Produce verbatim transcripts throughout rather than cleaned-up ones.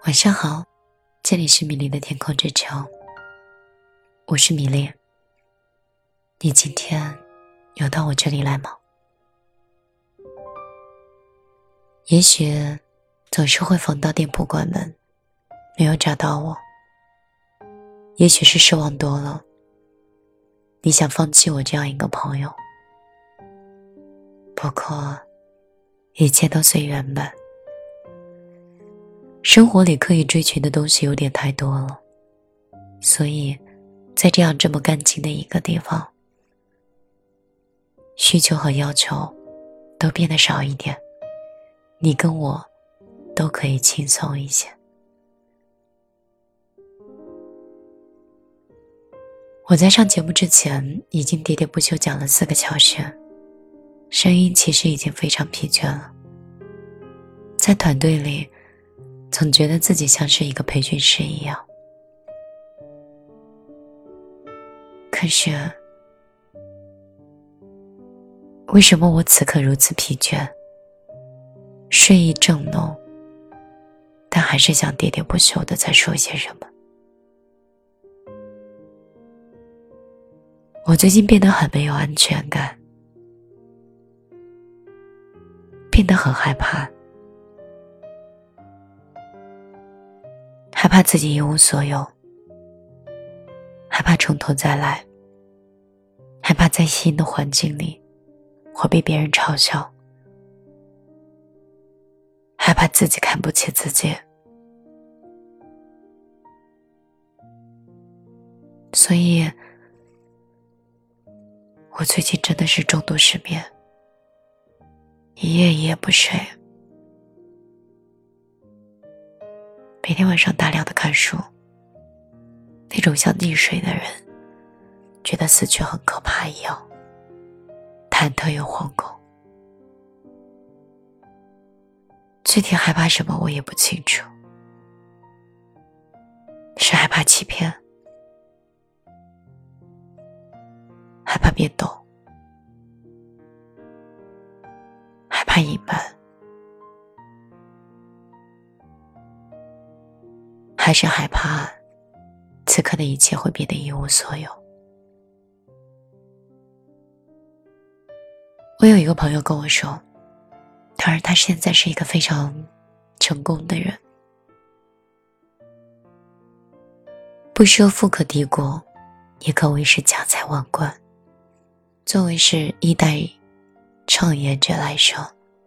晚上好，这里是米粒的天空之城，我是米粒。你今天有到我这里来吗？也许总是会逢到店铺关门，没有找到我，也许是失望多了，你想放弃我这样一个朋友。不过一切都随缘吧，生活里刻意追寻的东西有点太多了，所以在这样这么干净的一个地方，需求和要求都变得少一点，你跟我都可以轻松一些。我在上节目之前已经喋喋不休讲了四个小时，声音其实已经非常疲倦了。在团队里总觉得自己像是一个培训师一样，可是为什么我此刻如此疲倦，睡意正浓，但还是想喋喋不休地在说些什么？我最近变得很没有安全感，变得很害怕，害怕自己一无所有，害怕从头再来，害怕在新的环境里会被别人嘲笑，害怕自己看不起自己。所以我最近真的是重度失眠，一夜一夜不睡，每天晚上大量的看书。那种像溺水的人觉得死去很可怕一样，忐忑又惶恐。具体害怕什么我也不清楚，是害怕欺骗，害怕变动，害怕隐瞒，还是害怕此刻的一切会变得一无所有。我有一个朋友跟我说，他说他现在是一个非常成功的人，不说富可敌国，也可谓是家财万贯。作为是一代创业者来说，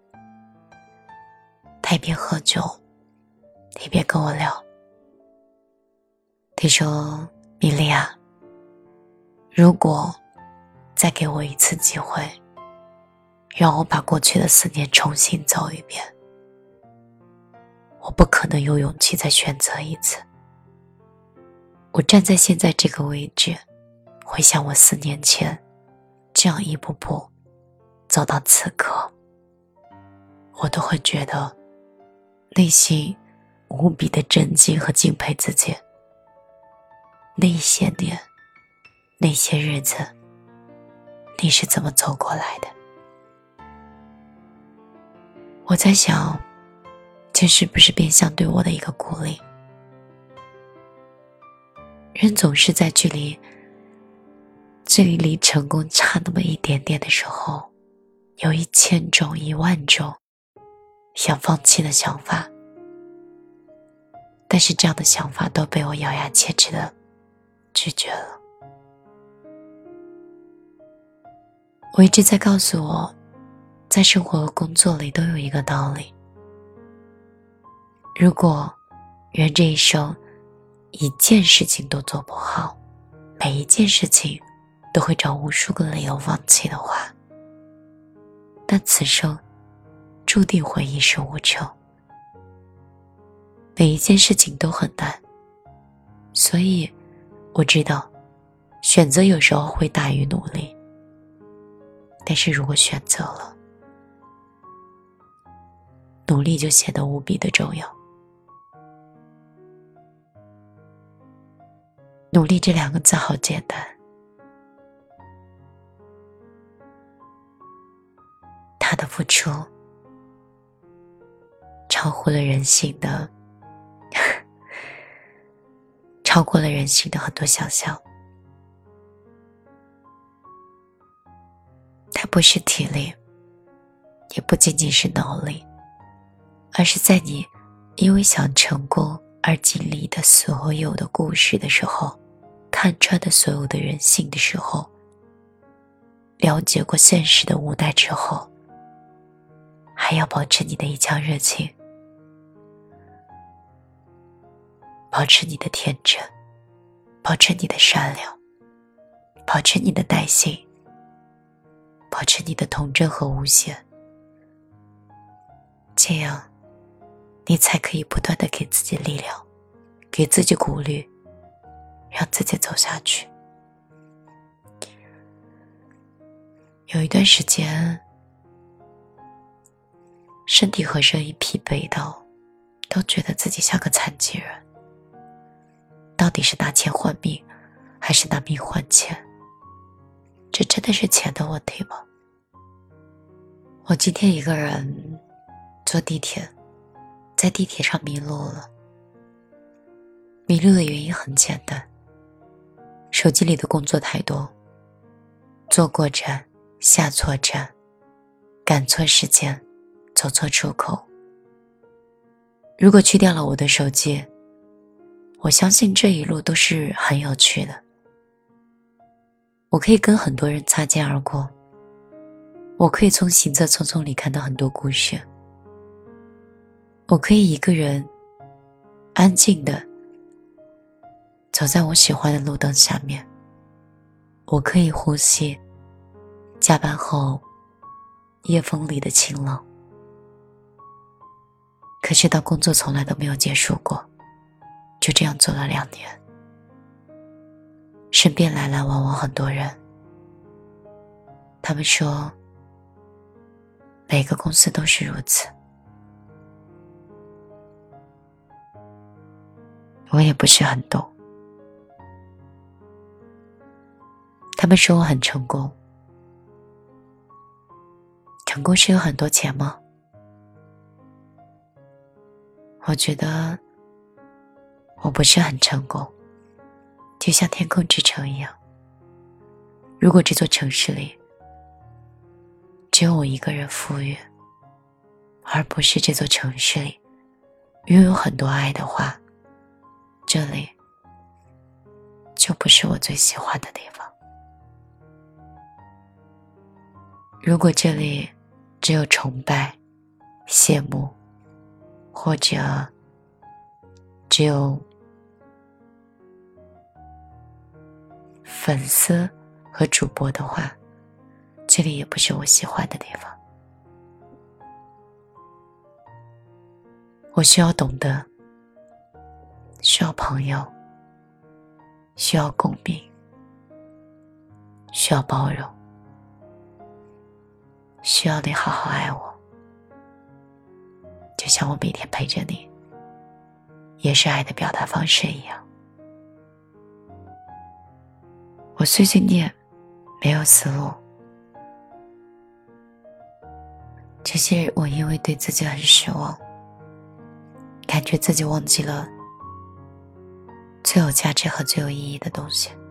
他一边喝酒一边跟我聊，他说，米莉啊，如果再给我一次机会，让我把过去的四年重新走一遍，我不可能有勇气再选择一次。我站在现在这个位置，回想我四年前这样一步步走到此刻，我都会觉得内心无比的震惊和敬佩自己。那些年，那些日子，你是怎么走过来的？我在想，这是不是变相对我的一个鼓励？人总是在距离距离离成功差那么一点点的时候，有一千种一万种想放弃的想法，但是这样的想法都被我咬牙切齿的拒绝了。我一直在告诉我，在生活和工作里都有一个道理，如果人这一生一件事情都做不好，每一件事情都会找无数个理由放弃的话，那此生注定会一事无成。每一件事情都很难，所以我知道选择有时候会大于努力，但是如果选择了，努力就显得无比的重要。努力这两个字好简单，他的付出超乎了人性的超过了人性的很多想象。它不是体力，也不仅仅是脑力，而是在你因为想成功而经历的所有的故事的时候，看穿的所有的人性的时候，了解过现实的无奈之后，还要保持你的一腔热情，保持你的天真，保持你的善良，保持你的耐心，保持你的童真和无限，这样你才可以不断地给自己力量，给自己鼓励，让自己走下去。有一段时间，身体和声音疲惫到都觉得自己像个残疾人，到底是拿钱换命还是拿命换钱？这真的是钱的问题吗？我今天一个人坐地铁，在地铁上迷路了。迷路的原因很简单，手机里的工作太多，坐过站，下错站，赶错时间，走错出口。如果去掉了我的手机，我相信这一路都是很有趣的。我可以跟很多人擦肩而过，我可以从行色匆匆里看到很多故事，我可以一个人安静地走在我喜欢的路灯下面，我可以呼吸加班后夜风里的清冷。可是当工作从来都没有结束过，就这样做了两年，身边来来往往很多人，他们说每个公司都是如此。我也不是很懂，他们说我很成功，成功是有很多钱吗？我觉得我不是很成功，就像天空之城一样，如果这座城市里只有我一个人富裕，而不是这座城市里拥有很多爱的话，这里就不是我最喜欢的地方。如果这里只有崇拜、羡慕，或者只有粉丝和主播的话，这里也不是我喜欢的地方。我需要懂得，需要朋友，需要共鸣，需要包容，需要你好好爱我，就像我每天陪着你，也是爱的表达方式一样。我碎碎念，没有思路，这些日我因为对自己很失望，感觉自己忘记了最有价值和最有意义的东西。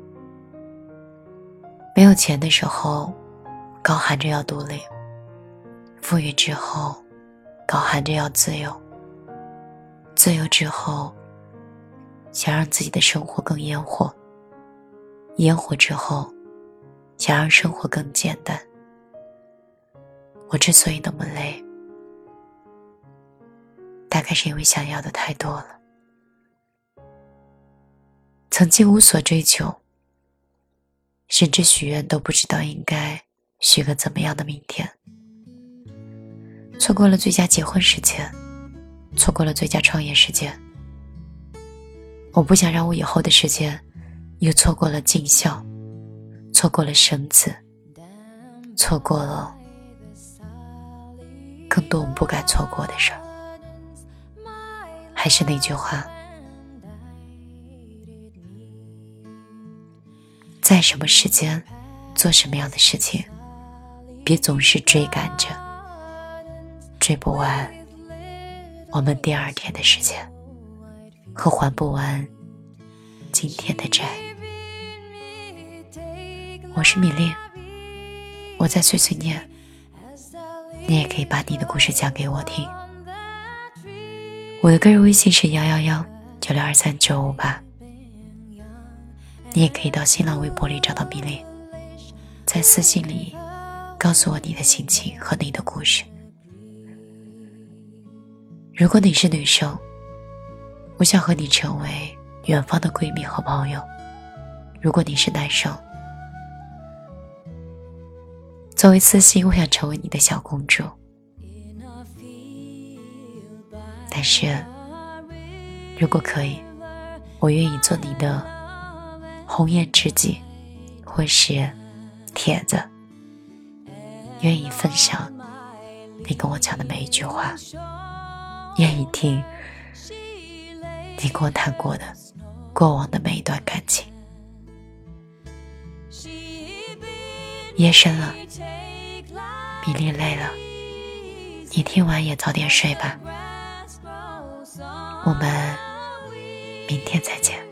没有钱的时候高喊着要独立，富裕之后高喊着要自由，自由之后想让自己的生活更烟火，烟火之后想让生活更简单。我之所以那么累，大概是因为想要的太多了。曾经无所追求，甚至许愿都不知道应该许个怎么样的明天。错过了最佳结婚时间，错过了最佳创业时间。我不想让我以后的时间又错过了尽孝，错过了生子，错过了更多我们不该错过的事儿。还是那句话，在什么时间做什么样的事情，别总是追赶着，追不完我们第二天的时间，和还不完今天的债。我是米粒，我在碎碎念，你也可以把你的故事讲给我听。我的个人微信是幺幺幺九六二三九五八，你也可以到新浪微博里找到米粒，在私信里告诉我你的心情和你的故事。如果你是女生，我想和你成为远方的闺蜜和朋友；如果你是男生，作为私信，我想成为你的小公主。但是如果可以，我愿意做你的红颜知己或是帖子，愿意分享你跟我讲的每一句话，愿意听你跟我谈过的过往的每一段感情。夜深了，米粒累了，你听完也早点睡吧，我们明天再见。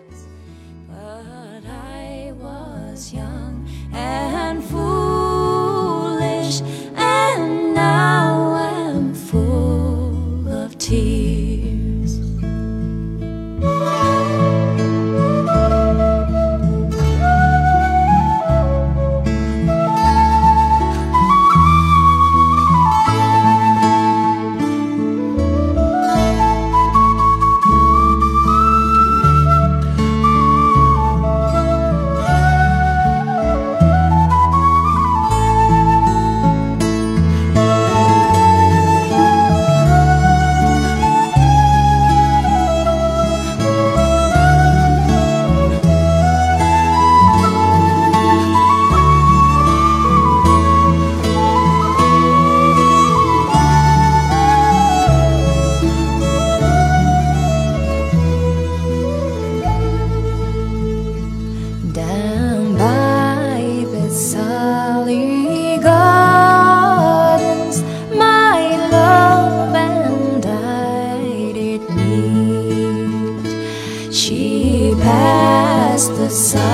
The sun